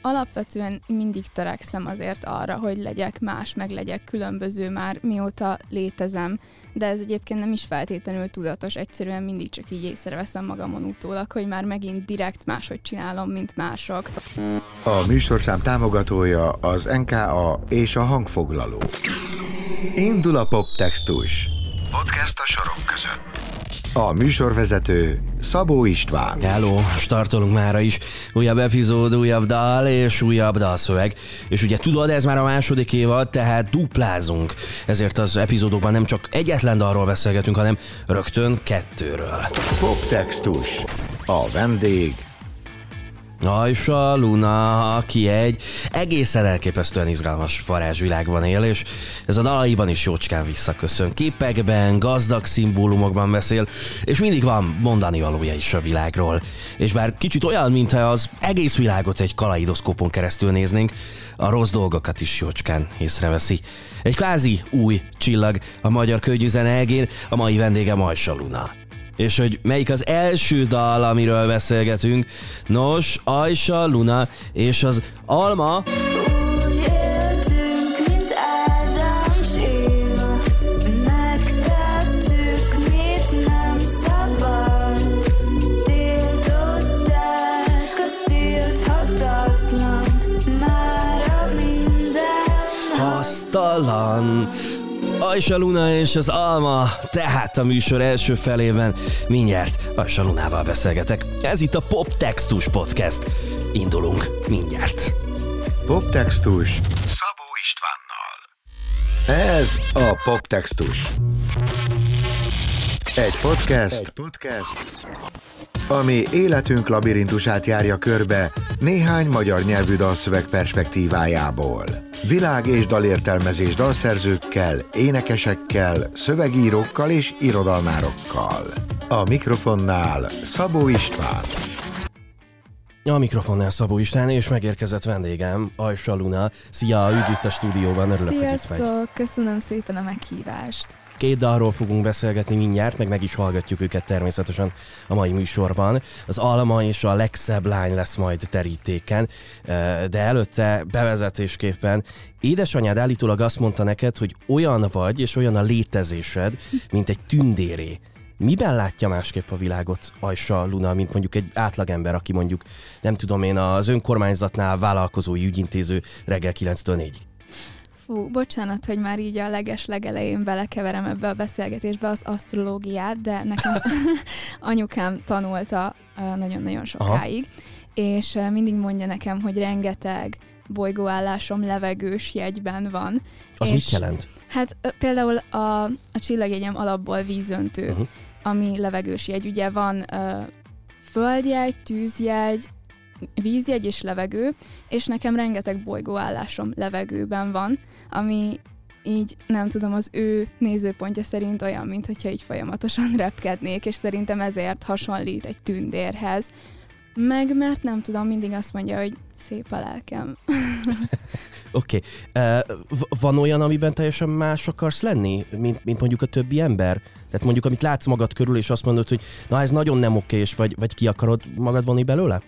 alapvetően mindig törekszem azért arra, hogy legyek más, meg legyek különböző már mióta létezem, de ez egyébként nem is feltétlenül tudatos, egyszerűen mindig csak így észreveszem magamon utólag, hogy már megint direkt máshogy csinálom, mint mások. A műsorszám támogatója az NKA és a Hangfoglaló. Indul a poptextus. Podcast a sorok között. A műsorvezető Szabó István. Hello, startolunk mára is. Újabb epizód, újabb dal és újabb dalszöveg. És ugye tudod, ez már a második évad, tehát duplázunk. Ezért az epizódokban nem csak egyetlen dalról beszélgetünk, hanem rögtön kettőről. Poptextus. A vendég Ajsa Luna, aki egy egészen elképesztően izgalmas varázsvilágban él, és ez a dalaiban is jócskán visszaköszön. Képekben, gazdag szimbólumokban beszél, és mindig van mondani valója is a világról. És bár kicsit olyan, mintha az egész világot egy kaleidoszkópon keresztül néznénk, a rossz dolgokat is jócskán észreveszi. Egy kvázi új csillag a magyar könnyűzene egén, a mai vendégem Ajsa Luna. És hogy melyik az első dal, amiről beszélgetünk? Nos, Ajsa Luna és az Alma. Úgy éltünk, mint Ádám s Éva, megtettük, mit nem szabad. Tiltották a tilthatatlant, mára minden Hasztalan. Ajsa Luna és az Alma, tehát a műsor első felében mindjárt Ajsa Lunával beszélgetek. Ez itt a Poptextus Podcast. Indulunk mindjárt. Poptextus Szabó Istvánnal. Ez a Poptextus. Egy podcast, ami életünk labirintusát járja körbe néhány magyar nyelvű dalszöveg perspektívájából. Világ- és dalértelmezés dalszerzőkkel, énekesekkel, szövegírókkal és irodalmárokkal. A mikrofonnál Szabó István. A mikrofonnál Szabó István, és megérkezett vendégem, Ajsa Luna. Szia, üdv itt a stúdióban, örülök, hogy itt vagy. Sziasztok, köszönöm szépen a meghívást. Két dalról fogunk beszélgetni mindjárt, meg is hallgatjuk őket természetesen a mai műsorban. Az Alma és a Legszebb lány lesz majd terítéken, de előtte bevezetésképpen édesanyád állítólag azt mondta neked, hogy olyan vagy, és olyan a létezésed, mint egy tündéré. Miben látja másképp a világot Ajsa Luna, mint mondjuk egy átlagember, aki mondjuk, nem tudom én, az önkormányzatnál vállalkozói ügyintéző reggel 9-től 4-ig? Fú, bocsánat, hogy már így a legelején belekeverem ebbe a beszélgetésbe az asztrológiát, de nekem anyukám tanulta nagyon-nagyon sokáig, és mindig mondja nekem, hogy rengeteg bolygóállásom levegős jegyben van. Az és mit jelent? Hát például a csillagjegyem alapból vízöntő, ami levegős jegy. Ugye van földjegy, tűzjegy, vízjegy és levegő, és nekem rengeteg bolygóállásom levegőben van, ami így nem tudom, az ő nézőpontja szerint olyan, mintha így folyamatosan repkednék, és szerintem ezért hasonlít egy tündérhez. Meg mert nem tudom, mindig azt mondja, hogy szép a lelkem. Oké. Van olyan, amiben teljesen más akarsz lenni, mint mondjuk a többi ember? Tehát mondjuk, amit látsz magad körül, és azt mondod, hogy na ez nagyon nem okés, vagy ki akarod magad vonni belőle?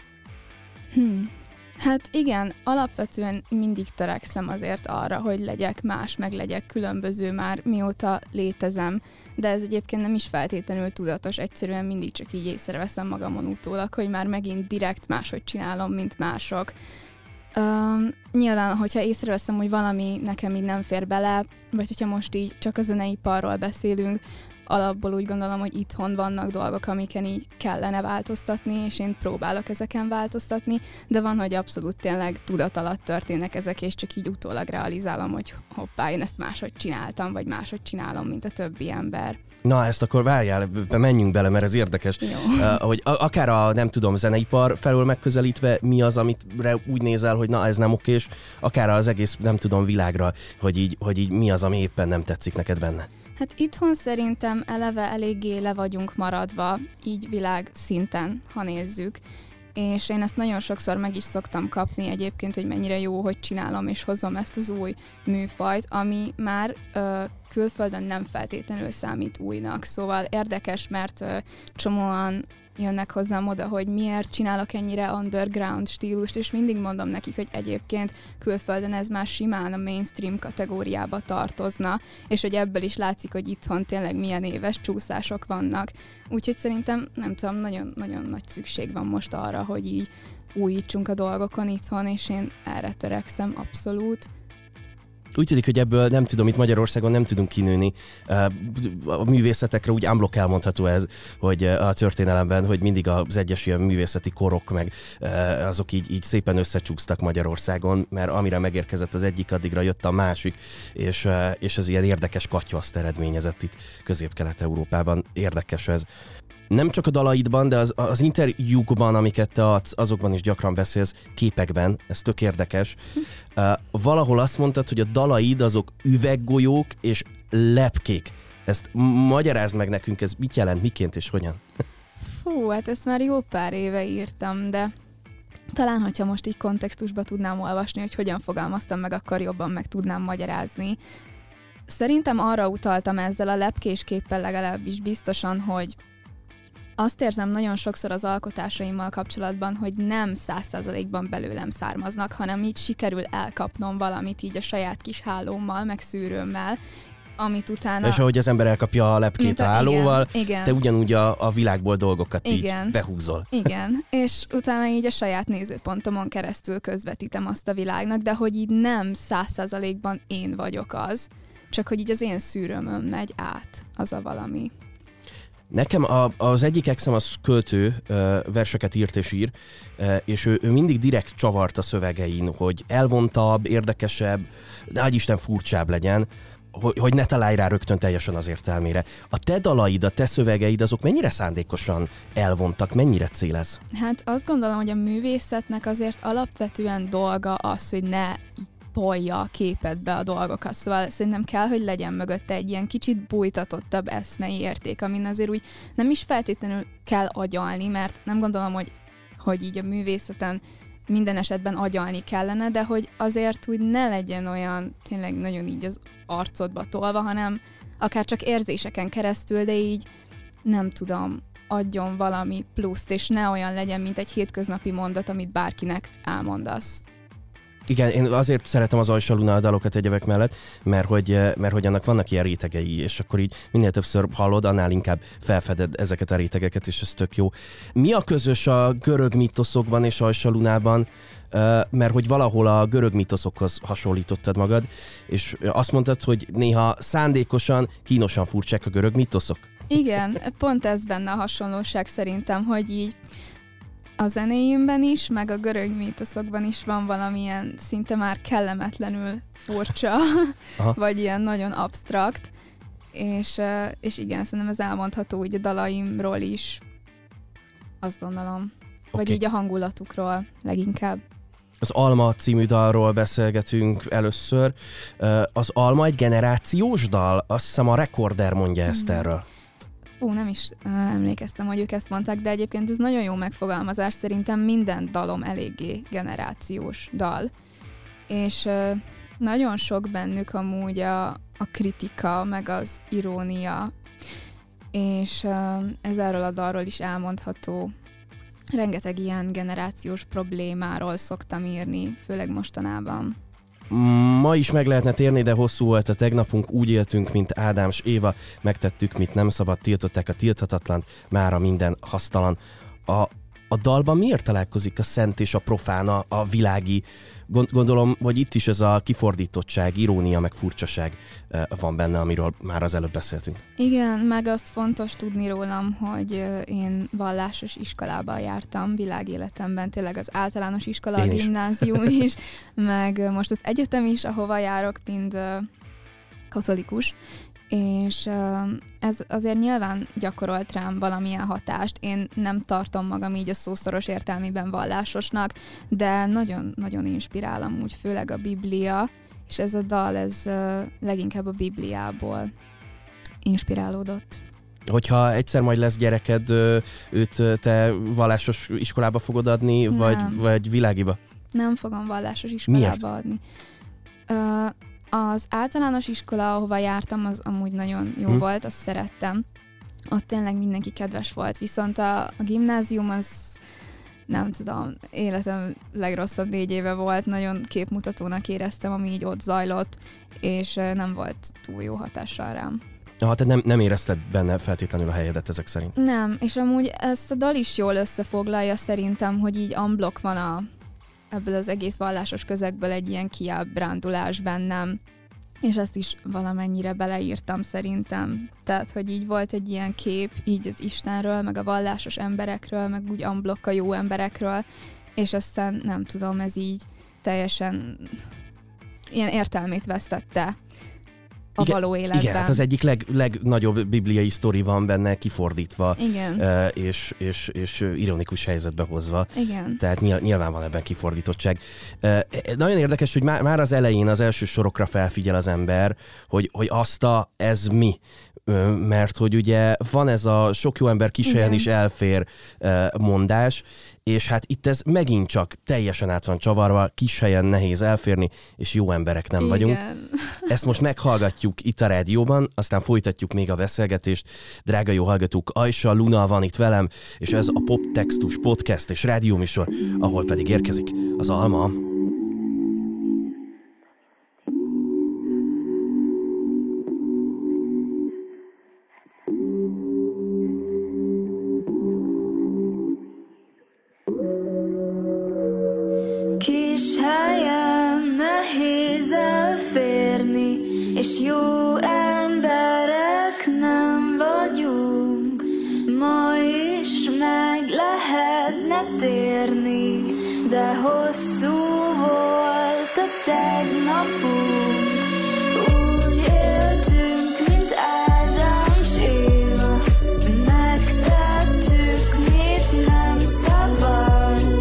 Hát igen, alapvetően mindig törekszem azért arra, hogy legyek más, meg legyek különböző már mióta létezem, de ez egyébként nem is feltétlenül tudatos, egyszerűen mindig csak így észreveszem magamon utólag, hogy már megint direkt máshogy csinálom, mint mások. Nyilván, hogyha észreveszem, hogy valami nekem így nem fér bele, vagy hogyha most így csak a zeneiparról beszélünk, alapból úgy gondolom, hogy itthon vannak dolgok, amiken így kellene változtatni, és én próbálok ezeken változtatni, de van, hogy abszolút tényleg tudat alatt történnek ezek, és csak így utólag realizálom, hogy hoppá, én ezt máshogy csináltam, vagy máshogy csinálom, mint a többi ember. Na, ezt akkor várjál, menjünk bele, mert ez érdekes. Hogy akár a, nem tudom, zeneipar felől megközelítve, mi az, amitre úgy nézel, hogy na, ez nem okés, akár az egész, nem tudom, világra, hogy így mi az, ami éppen nem tetszik neked benne. Hát itthon szerintem eleve eléggé le vagyunk maradva, így világ szinten, ha nézzük. És én ezt nagyon sokszor meg is szoktam kapni egyébként, hogy mennyire jó, hogy csinálom és hozom ezt az új műfajt, ami már külföldön nem feltétlenül számít újnak. Szóval érdekes, mert csomóan jönnek hozzám oda, hogy miért csinálok ennyire underground stílust, és mindig mondom nekik, hogy egyébként külföldön ez már simán a mainstream kategóriába tartozna, és hogy ebből is látszik, hogy itthon tényleg milyen éves csúszások vannak. Úgyhogy szerintem, nem tudom, nagyon nagy szükség van most arra, hogy így újítsunk a dolgokon itthon, és én erre törekszem abszolút. Úgy tűnik, hogy ebből nem tudom, itt Magyarországon nem tudunk kinőni. A művészetekre úgy unblock elmondható ez, hogy a történelemben, hogy mindig az egyes ilyen művészeti korok, meg azok így szépen összecsúsztak Magyarországon, mert amire megérkezett az egyik, addigra jött a másik, és az ilyen érdekes katyvaszt eredményezett itt Közép-Kelet-Európában. Érdekes ez. Nem csak a dalaidban, de az interjúkban, amiket te adsz, azokban is gyakran beszélsz, képekben, ez tök érdekes. Valahol azt mondtad, hogy a dalaid azok üveggolyók és lepkék. Ezt magyarázd meg nekünk, ez mit jelent, miként és hogyan? Fú, hát ezt már jó pár éve írtam, de talán, hogyha most így kontextusba tudnám olvasni, hogy hogyan fogalmaztam meg, akkor jobban meg tudnám magyarázni. Szerintem arra utaltam ezzel a lepkés képpel legalábbis biztosan, hogy azt érzem nagyon sokszor az alkotásaimmal kapcsolatban, hogy nem 100%-ban belőlem származnak, hanem így sikerül elkapnom valamit így a saját kis hálómmal, meg szűrőmmel, amit utána... És ahogy az ember elkapja a lepkét a hálóval, igen. te ugyanúgy a világból dolgokat Igen. így behúzol. Igen, és utána így a saját nézőpontomon keresztül közvetítem azt a világnak, de hogy így nem 100%-ban én vagyok az, csak hogy így az én szűrőmön megy át az a valami. Nekem az egyik exem az költő, verseket írt és ír, és ő mindig direkt csavart a szövegein, hogy elvontabb, érdekesebb, de Isten furcsább legyen, hogy ne találj rá rögtön teljesen az értelmére. A te dalaid, a te szövegeid, azok mennyire szándékosan elvontak, mennyire cél ez? Hát azt gondolom, hogy a művészetnek azért alapvetően dolga az, hogy ne tolja a képedbe a dolgokat. Szóval szerintem kell, hogy legyen mögötte egy ilyen kicsit bújtatottabb eszmei érték, amin azért úgy nem is feltétlenül kell agyalni, mert nem gondolom, hogy így a művészeten minden esetben agyalni kellene, de hogy azért úgy ne legyen olyan tényleg nagyon így az arcodba tolva, hanem akár csak érzéseken keresztül, de így nem tudom, adjon valami pluszt, és ne olyan legyen, mint egy hétköznapi mondat, amit bárkinek elmondasz. Igen, én azért szeretem az Ajsa Luna dalokat egyebek mellett, mert hogy annak vannak ilyen rétegei, és akkor így minél többször hallod, annál inkább felfeded ezeket a rétegeket, és ez tök jó. Mi a közös a görög mítoszokban és Ajsa Lunában? Mert hogy valahol a görög mítoszokhoz hasonlítottad magad, és azt mondtad, hogy néha szándékosan, kínosan furcsák a görög mítoszok. Igen, pont ez benne a hasonlóság szerintem, hogy így a zenéimben is, meg a görög mítoszokban is van valamilyen szinte már kellemetlenül furcsa, vagy ilyen nagyon absztrakt, és igen, szerintem ez elmondható úgy a dalaimról is, azt gondolom. Vagy így a hangulatukról leginkább. Az Alma című dalról beszélgetünk először. Az Alma egy generációs dal? Azt hiszem a Rekorder mondja ezt erről. Nem is emlékeztem, hogy ők ezt mondták, de egyébként ez nagyon jó megfogalmazás, szerintem minden dalom eléggé generációs dal. És nagyon sok bennük amúgy a kritika, meg az irónia, és ez erről a dalról is elmondható. Rengeteg ilyen generációs problémáról szoktam írni, főleg mostanában. Ma is meg lehetne térni, de hosszú volt a tegnapunk, úgy éltünk, mint Ádám és Éva, megtettük, mit nem szabad, tiltották a tilthatatlant, mára minden hasztalan. A dalban miért találkozik a szent és a profán, a világi? Gondolom, hogy itt is ez a kifordítottság, irónia, meg furcsaság van benne, amiről már az előbb beszéltünk. Igen, meg azt fontos tudni rólam, hogy én vallásos iskolában jártam világéletemben, tényleg az általános iskola, a gimnázium is, meg most az egyetem is, ahova járok, mind katolikus, és ez azért nyilván gyakorolt rám valamilyen hatást. Én nem tartom magam így a szószoros értelmében vallásosnak, de nagyon-nagyon inspirálom úgy, főleg a Biblia, és ez a dal, ez leginkább a Bibliából inspirálódott. Hogyha egyszer majd lesz gyereked, őt te vallásos iskolába fogod adni, vagy világiba? Nem fogom vallásos iskolába Miért? adni. Az általános iskola, ahova jártam, az amúgy nagyon jó volt, azt szerettem. ott tényleg mindenki kedves volt, viszont a gimnázium az nem tudom, életem legrosszabb 4 éve volt, nagyon képmutatónak éreztem, ami így ott zajlott, és nem volt túl jó hatással rám. Tehát nem érezted benne feltétlenül a helyedet ezek szerint? Nem, és amúgy ezt a dal is jól összefoglalja szerintem, hogy így unblock van ebből az egész vallásos közegből egy ilyen kiábrándulás bennem, és ezt is valamennyire beleírtam szerintem. Tehát, hogy így volt egy ilyen kép így az Istenről, meg a vallásos emberekről, meg úgy unblock a jó emberekről, és aztán nem tudom, ez így teljesen ilyen értelmét vesztette a való életben. Igen, hát az egyik legnagyobb bibliai sztori van benne kifordítva, és ironikus helyzetbe hozva. Igen. Tehát nyilván van ebben kifordítottság. Nagyon érdekes, hogy már az elején az első sorokra felfigyel az ember, hogy ez mi. Mert hogy ugye van ez a sok jó ember kis helyen is elfér mondás, és hát itt ez megint csak teljesen át van csavarva, kis helyen nehéz elférni, és jó emberek nem vagyunk. Ezt most meghallgatjuk itt a rádióban, aztán folytatjuk még a beszélgetést. Drága jó hallgatók, Ajsa, Luna van itt velem, és ez a Poptextus podcast és rádióműsor, ahol pedig érkezik az Alma. Kis helyen nehéz elférni, és jó emberek nem vagyunk. Ma is meg lehetne térni, de hosszú volt a tegnapunk. Úgy éltünk, mint Ádám s Éva, megtettük, mit nem szabad.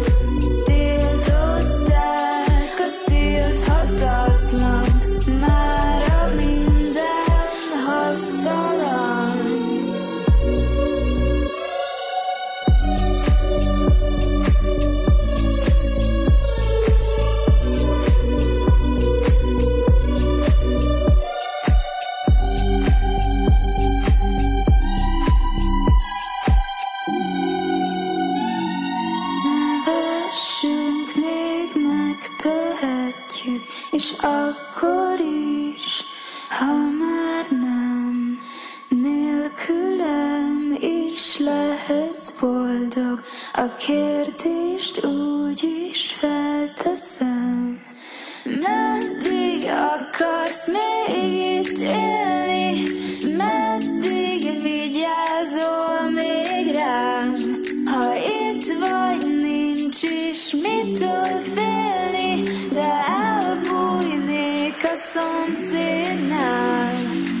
És akkor is, ha már nem, nélkülem is lehetsz boldog. A kérdést úgy is felteszem, meddig akarsz még itt élni, meddig vigyázol még rám, ha itt vagy nincs is mitől félni, de elbújnék a szomszédnál.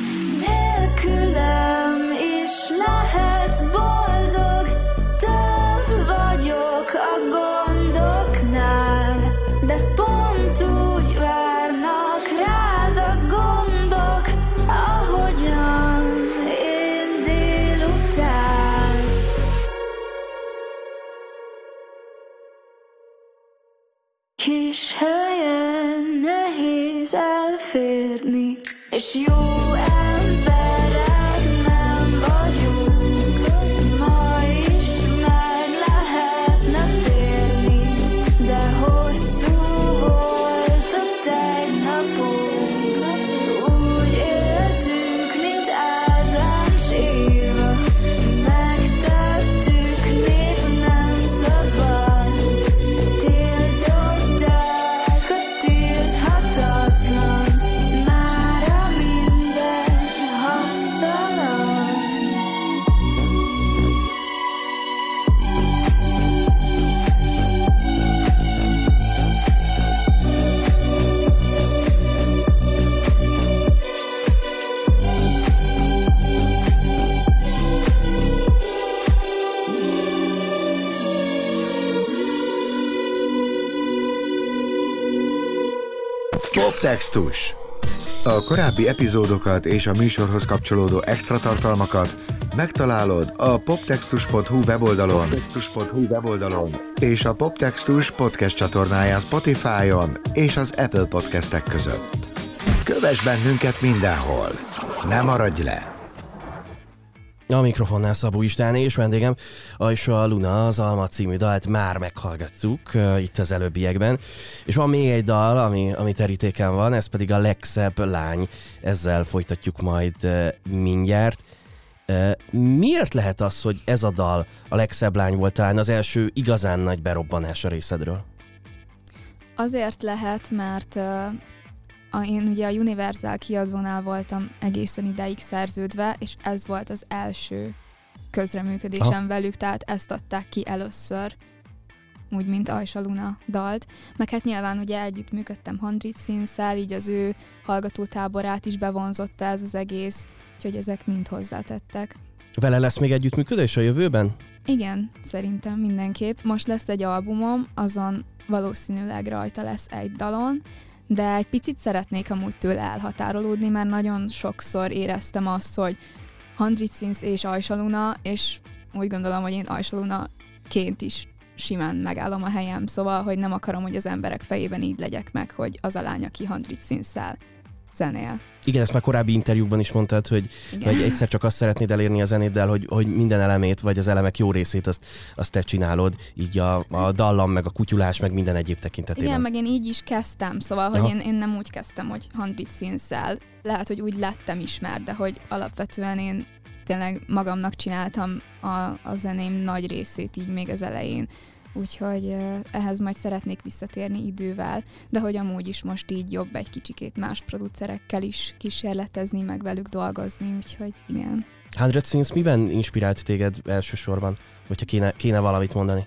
Nélkülem is lehetsz boldog, több vagyok a gondoknál, de pont úgy várnak rád a gondok, ahogyan én délután. Kis helyen nehéz elférni, és jó emberek nem vagyunk. Ma is meg lehetne térni, de hosszú volt a tegnapunk. Úgy éltünk, mint Ádám s Éva, megtettük, mit nem szabad. Tiltották a tilthatatlant, mára minden hasztalan. Poptextus. A korábbi epizódokat és a műsorhoz kapcsolódó extra tartalmakat megtalálod a poptextus.hu weboldalon, és a Poptextus podcast csatornáján Spotify-on és az Apple Podcastek között. Kövess bennünket mindenhol! Ne maradj le! A mikrofonnál Szabó István és vendégem Ajsa Luna, az Alma című dalt már meghallgattuk itt az előbbiekben. És van még egy dal, ami terítéken van, ez pedig a Legszebb lány. Ezzel folytatjuk majd mindjárt. Miért lehet az, hogy ez a dal, a Legszebb lány volt talán az első igazán nagy berobbanás a részedről? Azért lehet, mert én ugye a Universal kiadónál voltam egészen idáig szerződve, és ez volt az első közreműködésem velük, tehát ezt adták ki először, úgy, mint Ajsa Luna dalt. Meg hát nyilván ugye együttműködtem Handrit Színszel, így az ő hallgatótáborát is bevonzotta ez az egész, úgyhogy ezek mind hozzátettek. Vele lesz még együttműködés a jövőben? Igen, szerintem mindenképp. Most lesz egy albumom, azon valószínűleg rajta lesz egy dalon, de egy picit szeretnék amúgy tőle elhatárolódni, mert nagyon sokszor éreztem azt, hogy Handrit Színsz és Ajsa Luna, és úgy gondolom, hogy én Ajsa Lunaként is simán megállom a helyem, szóval, hogy nem akarom, hogy az emberek fejében így legyek meg, hogy az a lány, aki Handrit Színsszel zenél. Igen, ezt már korábbi interjúkban is mondtad, hogy egyszer csak azt szeretnéd elérni a zenéddel, hogy minden elemét, vagy az elemek jó részét azt te csinálod, így a dallam, meg a kutyulás, meg minden egyéb tekintetében. Igen, meg én így is kezdtem, szóval, hogy én nem úgy kezdtem, hogy Handrit Színsszel. Lehet, hogy úgy lettem ismert, de hogy alapvetően én tényleg magamnak csináltam a zeném nagy részét így még az elején. Úgyhogy ehhez majd szeretnék visszatérni idővel, de hogy amúgy is most így jobb egy kicsikét más producerekkel is kísérletezni, meg velük dolgozni, úgyhogy igen. Handrit Színsz miben inspirált téged elsősorban, hogyha kéne valamit mondani?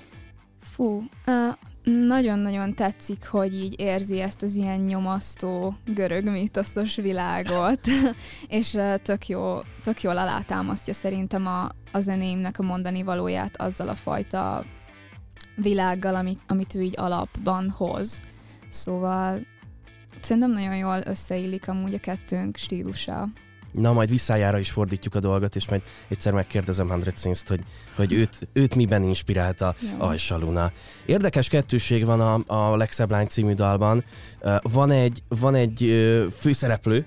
Nagyon-nagyon tetszik, hogy így érzi ezt az ilyen nyomasztó görög mítoszos világot, és tök jól alátámasztja szerintem a zenémnek a mondani valóját azzal a fajta világgal, amit ő így alapban hoz. Szóval szerintem nagyon jól összeillik amúgy a kettőnk stílusa. Na, majd visszájára is fordítjuk a dolgot, és majd egyszer megkérdezem Handrit Színszt, hogy őt miben inspirálta Ajsa Luna. Érdekes kettőség van a Legszebb lány című dalban. Van egy főszereplő,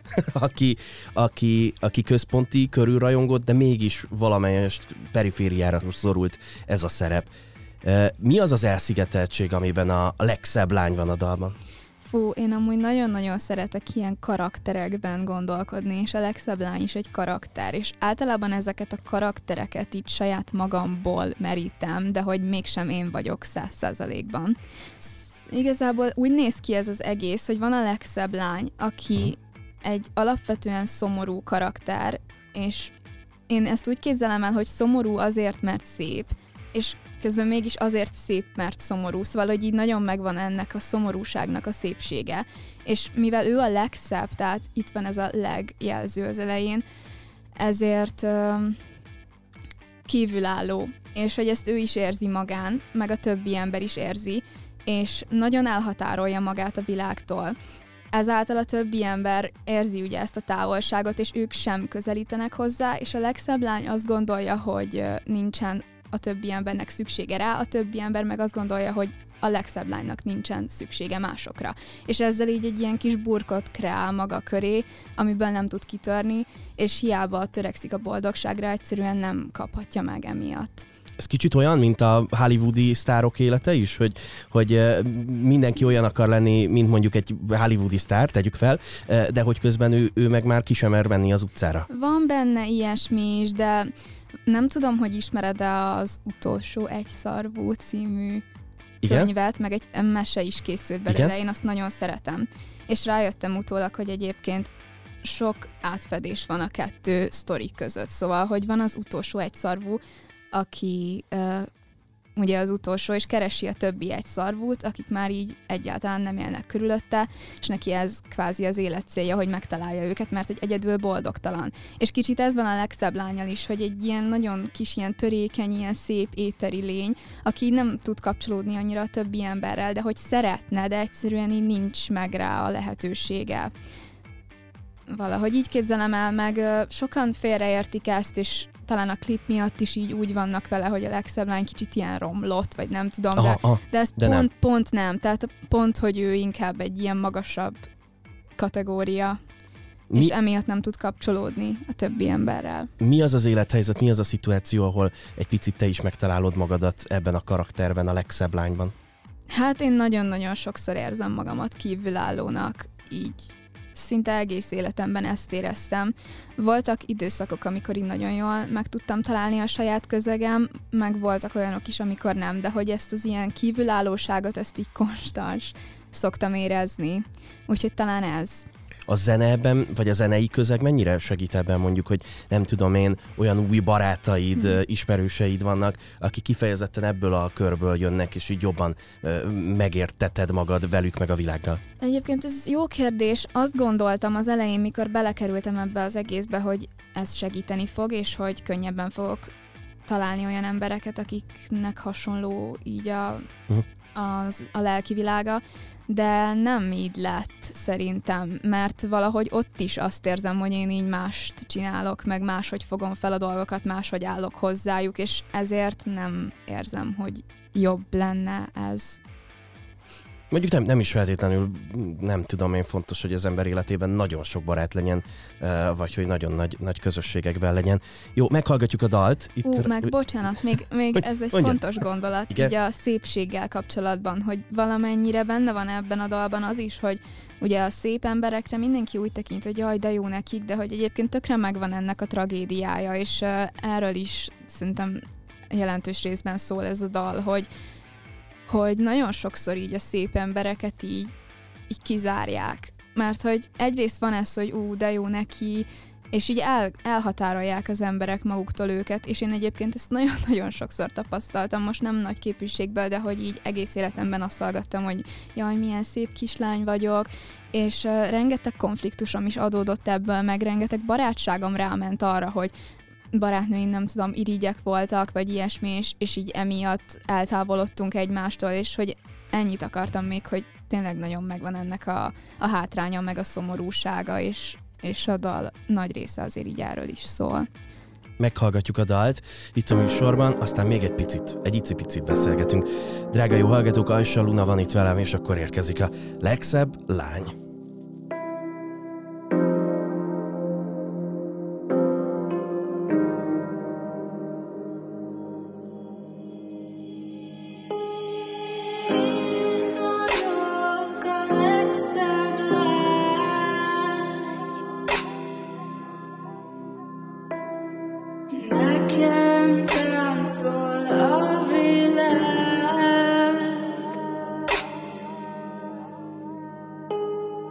aki központi, körülrajongott, de mégis valamelyest perifériára szorult ez a szerep. Mi az az elszigeteltség, amiben a legszebb lány van a dalban? Én amúgy nagyon-nagyon szeretek ilyen karakterekben gondolkodni, és a legszebb lány is egy karakter, és általában ezeket a karaktereket így saját magamból merítem, de hogy mégsem én vagyok 100%-ban. Igazából úgy néz ki ez az egész, hogy van a legszebb lány, aki egy alapvetően szomorú karakter, és én ezt úgy képzelem el, hogy szomorú azért, mert szép, és közben mégis azért szép, mert szomorú, szóval, hogy így nagyon megvan ennek a szomorúságnak a szépsége. És mivel ő a legszebb, tehát itt van ez a legjelző az elején, ezért kívülálló, és hogy ezt ő is érzi magán, meg a többi ember is érzi, és nagyon elhatárolja magát a világtól. Ezáltal a többi ember érzi ugye ezt a távolságot, és ők sem közelítenek hozzá, és a legszebb lány azt gondolja, hogy nincsen a többi embernek szüksége rá, a többi ember meg azt gondolja, hogy a legszebb lánynak nincsen szüksége másokra. És ezzel így egy ilyen kis burkot kreál maga köré, amiből nem tud kitörni, és hiába törekszik a boldogságra, egyszerűen nem kaphatja meg emiatt. Ez kicsit olyan, mint a hollywoodi sztárok élete is, hogy mindenki olyan akar lenni, mint mondjuk egy hollywoodi sztár, tegyük fel, de hogy közben ő meg már ki sem mer menni az utcára. Van benne ilyesmi is, de nem tudom, hogy ismered-e az Utolsó egyszarvú című könyvet, meg egy mese is készült belőle, én azt nagyon szeretem. És rájöttem utólag, hogy egyébként sok átfedés van a kettő sztori között. Szóval, hogy van az Utolsó egyszarvú, aki ugye az utolsó, és keresi a többi egyszarvút, akik már így egyáltalán nem élnek körülötte, és neki ez kvázi az élet célja, hogy megtalálja őket, mert egy egyedül boldogtalan. És kicsit ez van a legszebb lányal is, hogy egy ilyen nagyon kis, ilyen törékeny, ilyen szép éteri lény, aki nem tud kapcsolódni annyira a többi emberrel, de hogy szeretne, de egyszerűen így nincs meg rá a lehetősége. Valahogy így képzelem el, meg sokan félreértik ezt, és talán a klip miatt is így úgy vannak vele, hogy a legszebb lány kicsit ilyen romlott, vagy nem tudom, de ez pont nem. Tehát pont, hogy ő inkább egy ilyen magasabb kategória. és emiatt nem tud kapcsolódni a többi emberrel. Mi az az élethelyzet, mi az a szituáció, ahol egy picit te is megtalálod magadat ebben a karakterben, a legszebb lányban? Hát én nagyon-nagyon sokszor érzem magamat kívülállónak, így szinte egész életemben ezt éreztem. Voltak időszakok, amikor így nagyon jól meg tudtam találni a saját közegem, meg voltak olyanok is, amikor nem, de hogy ezt az ilyen kívülállóságot, ezt így konstans szoktam érezni. Úgyhogy talán ez. A zene ebben, vagy a zenei közeg mennyire segít ebben, mondjuk, hogy nem tudom én, olyan új barátaid, ismerőseid vannak, akik kifejezetten ebből a körből jönnek, és így jobban megérteted magad velük, meg a világgal? Egyébként ez jó kérdés. Azt gondoltam az elején, mikor belekerültem ebbe az egészbe, hogy ez segíteni fog, és hogy könnyebben fogok találni olyan embereket, akiknek hasonló így a lelki világa, de nem így lett szerintem, mert valahogy ott is azt érzem, hogy én így mást csinálok, meg máshogy fogom fel a dolgokat, máshogy állok hozzájuk, és ezért nem érzem, hogy jobb lenne ez. Mondjuk nem is feltétlenül, nem tudom én, fontos, hogy az ember életében nagyon sok barát legyen, vagy hogy nagyon nagy közösségekben legyen. Jó, meghallgatjuk a dalt. Meg bocsánat, még ez egy fontos gondolat, igen? Így a szépséggel kapcsolatban, hogy valamennyire benne van ebben a dalban az is, hogy ugye a szép emberekre mindenki úgy tekint, hogy jaj, de jó nekik, de hogy egyébként tökre megvan ennek a tragédiája, és erről is szerintem jelentős részben szól ez a dal, hogy nagyon sokszor így a szép embereket így kizárják. Mert hogy egyrészt van ez, hogy de jó neki, és így elhatárolják az emberek maguktól őket, és én egyébként ezt nagyon-nagyon sokszor tapasztaltam, most nem nagy képviségből, de hogy így egész életemben azt hallgattam, hogy jaj, milyen szép kislány vagyok, és rengeteg konfliktusom is adódott ebből, meg rengeteg barátságom ráment arra, hogy barátnőim, nem tudom, irigyek voltak, vagy ilyesmi, és így emiatt eltávolodtunk egymástól, és hogy ennyit akartam még, hogy tényleg nagyon megvan ennek a hátránya, meg a szomorúsága, és a dal nagy része azért így erről is szól. Meghallgatjuk a dalt itt a műsorban, aztán még egy icipicit beszélgetünk. Drága jó hallgatók, Ajsa Luna van itt velem, és akkor érkezik a legszebb lány. Nekem táncol a világ.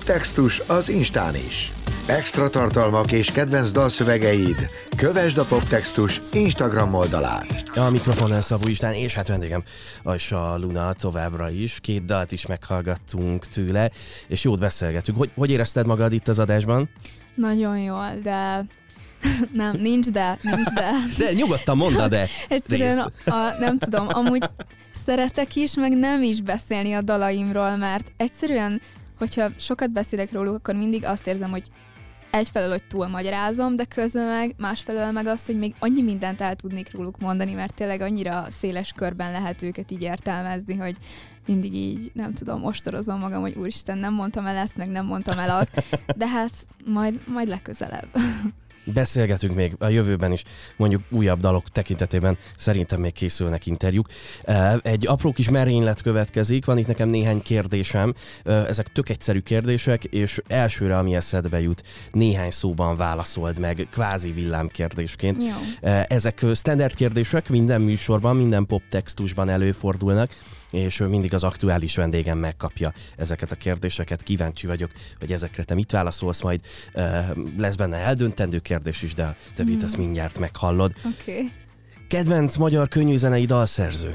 Poptextus az Instán is. Extra tartalmak és kedvenc dalszövegeid. Kövesd a Poptextus Instagram oldalát. A mikrofonnál Szabó István, és hát vendégem Ajsa Luna továbbra is. 2 dalt is meghallgattunk tőle, és jót beszélgetünk. Hogy érezted magad itt az adásban? Nagyon jól, de... nincs de. De nyugodtan mondd, de egyszerűen nem tudom, amúgy szeretek is, meg nem is beszélni a dalaimról, mert egyszerűen, hogyha sokat beszélek róluk, akkor mindig azt érzem, hogy egyfelől, hogy túlmagyarázom, de közben meg másfelől meg azt, hogy még annyi mindent el tudnék róluk mondani, mert tényleg annyira széles körben lehet őket így értelmezni, hogy mindig így, nem tudom, ostorozom magam, hogy úristen, nem mondtam el ezt, meg nem mondtam el azt, de hát majd legközelebb. Beszélgetünk még a jövőben is, mondjuk újabb dalok tekintetében szerintem még készülnek interjúk. Egy apró kis merénylet következik, van itt nekem néhány kérdésem, ezek tök egyszerű kérdések, és elsőre, ami eszedbe jut, néhány szóban válaszold meg, kvázi villámkérdésként. Jó. Ezek standard kérdések, minden műsorban, minden poptextusban előfordulnak, és mindig az aktuális vendégem megkapja ezeket a kérdéseket. Kíváncsi vagyok, hogy ezekre te mit válaszolsz, majd lesz benne eldöntendő kérdés is, de a többit azt mindjárt meghallod. Oké. Kedvenc magyar könnyűzenei dalszerző?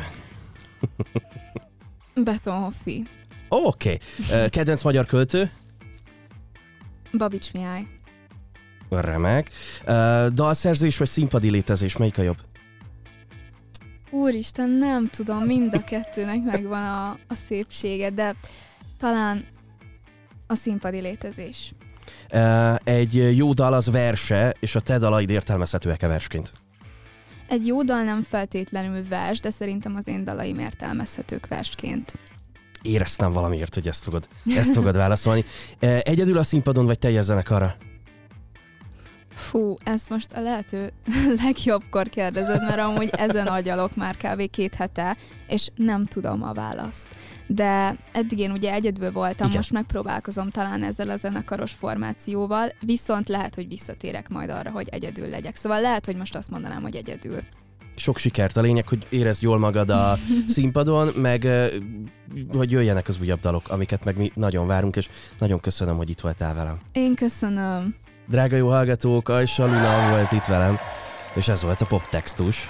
Betonhoffi. Oké. Kedvenc magyar költő? Babics Mihály. Remek. Dalszerzés vagy színpadi létezés, melyik a jobb? Úristen, nem tudom, mind a kettőnek megvan a szépsége, de talán a színpadi létezés. Egy jó dal az verse, és a te dalaid értelmezhetőek-e versként? Egy jó dal nem feltétlenül vers, de szerintem az én dalaim értelmezhetők versként. Éreztem valamiért, hogy ezt fogod válaszolni. Egyedül a színpadon, vagy teljes zenekarra? Fú, ezt most a lehető legjobbkor kérdezed, mert amúgy ezen agyalok már kb. 2 hete, és nem tudom a választ. De eddig én ugye egyedül voltam, igen. Most megpróbálkozom talán ezzel a zenekaros formációval, viszont lehet, hogy visszatérek majd arra, hogy egyedül legyek. Szóval lehet, hogy most azt mondanám, hogy egyedül. Sok sikert, a lényeg, hogy érezd jól magad a színpadon, meg hogy jöjjenek az újabb dalok, amiket meg mi nagyon várunk, és nagyon köszönöm, hogy itt voltál velem. Én köszönöm. Drága jó hallgatók, Ajsa Luna volt itt velem, és ez volt a Poptextus.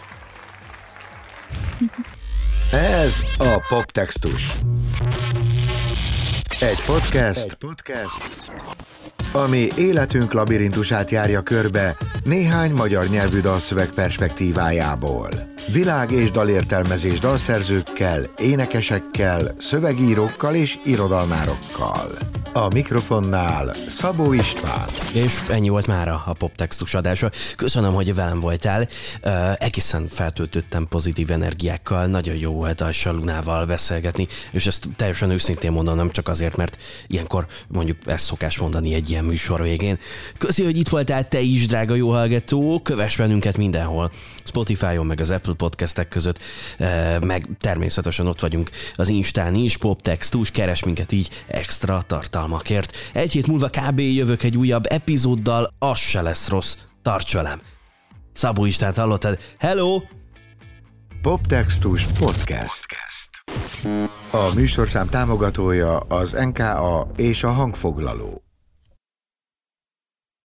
Ez a Poptextus. Egy podcast, ami életünk labirintusát járja körbe néhány magyar nyelvű dalszöveg perspektívájából. Világ- és dalértelmezés dalszerzőkkel, énekesekkel, szövegírókkal és irodalmárokkal. A mikrofonnál Szabó István. És ennyi volt mára a Poptextus adása. Köszönöm, hogy velem voltál. Egészen feltöltöttem pozitív energiákkal. Nagyon jó volt Ajsa Lunával beszélgetni, és ezt teljesen őszintén mondom, nem csak azért, mert ilyenkor mondjuk ezt szokás mondani egy ilyen műsor végén. Köszi, hogy itt voltál te is, drága jó hallgató. Kövess bennünket mindenhol. Spotify-on, meg az Apple Podcastek között, meg természetesen ott vagyunk az Instán is, Poptextus, keres minket így extra tartalmakért. 1 hét múlva kb. Jövök egy újabb epizóddal, az se lesz rossz. Tarts velem! Szabó Istvánt hallottad? Hello! Poptextus Podcast. A műsorszám támogatója az NKA és a Hangfoglaló.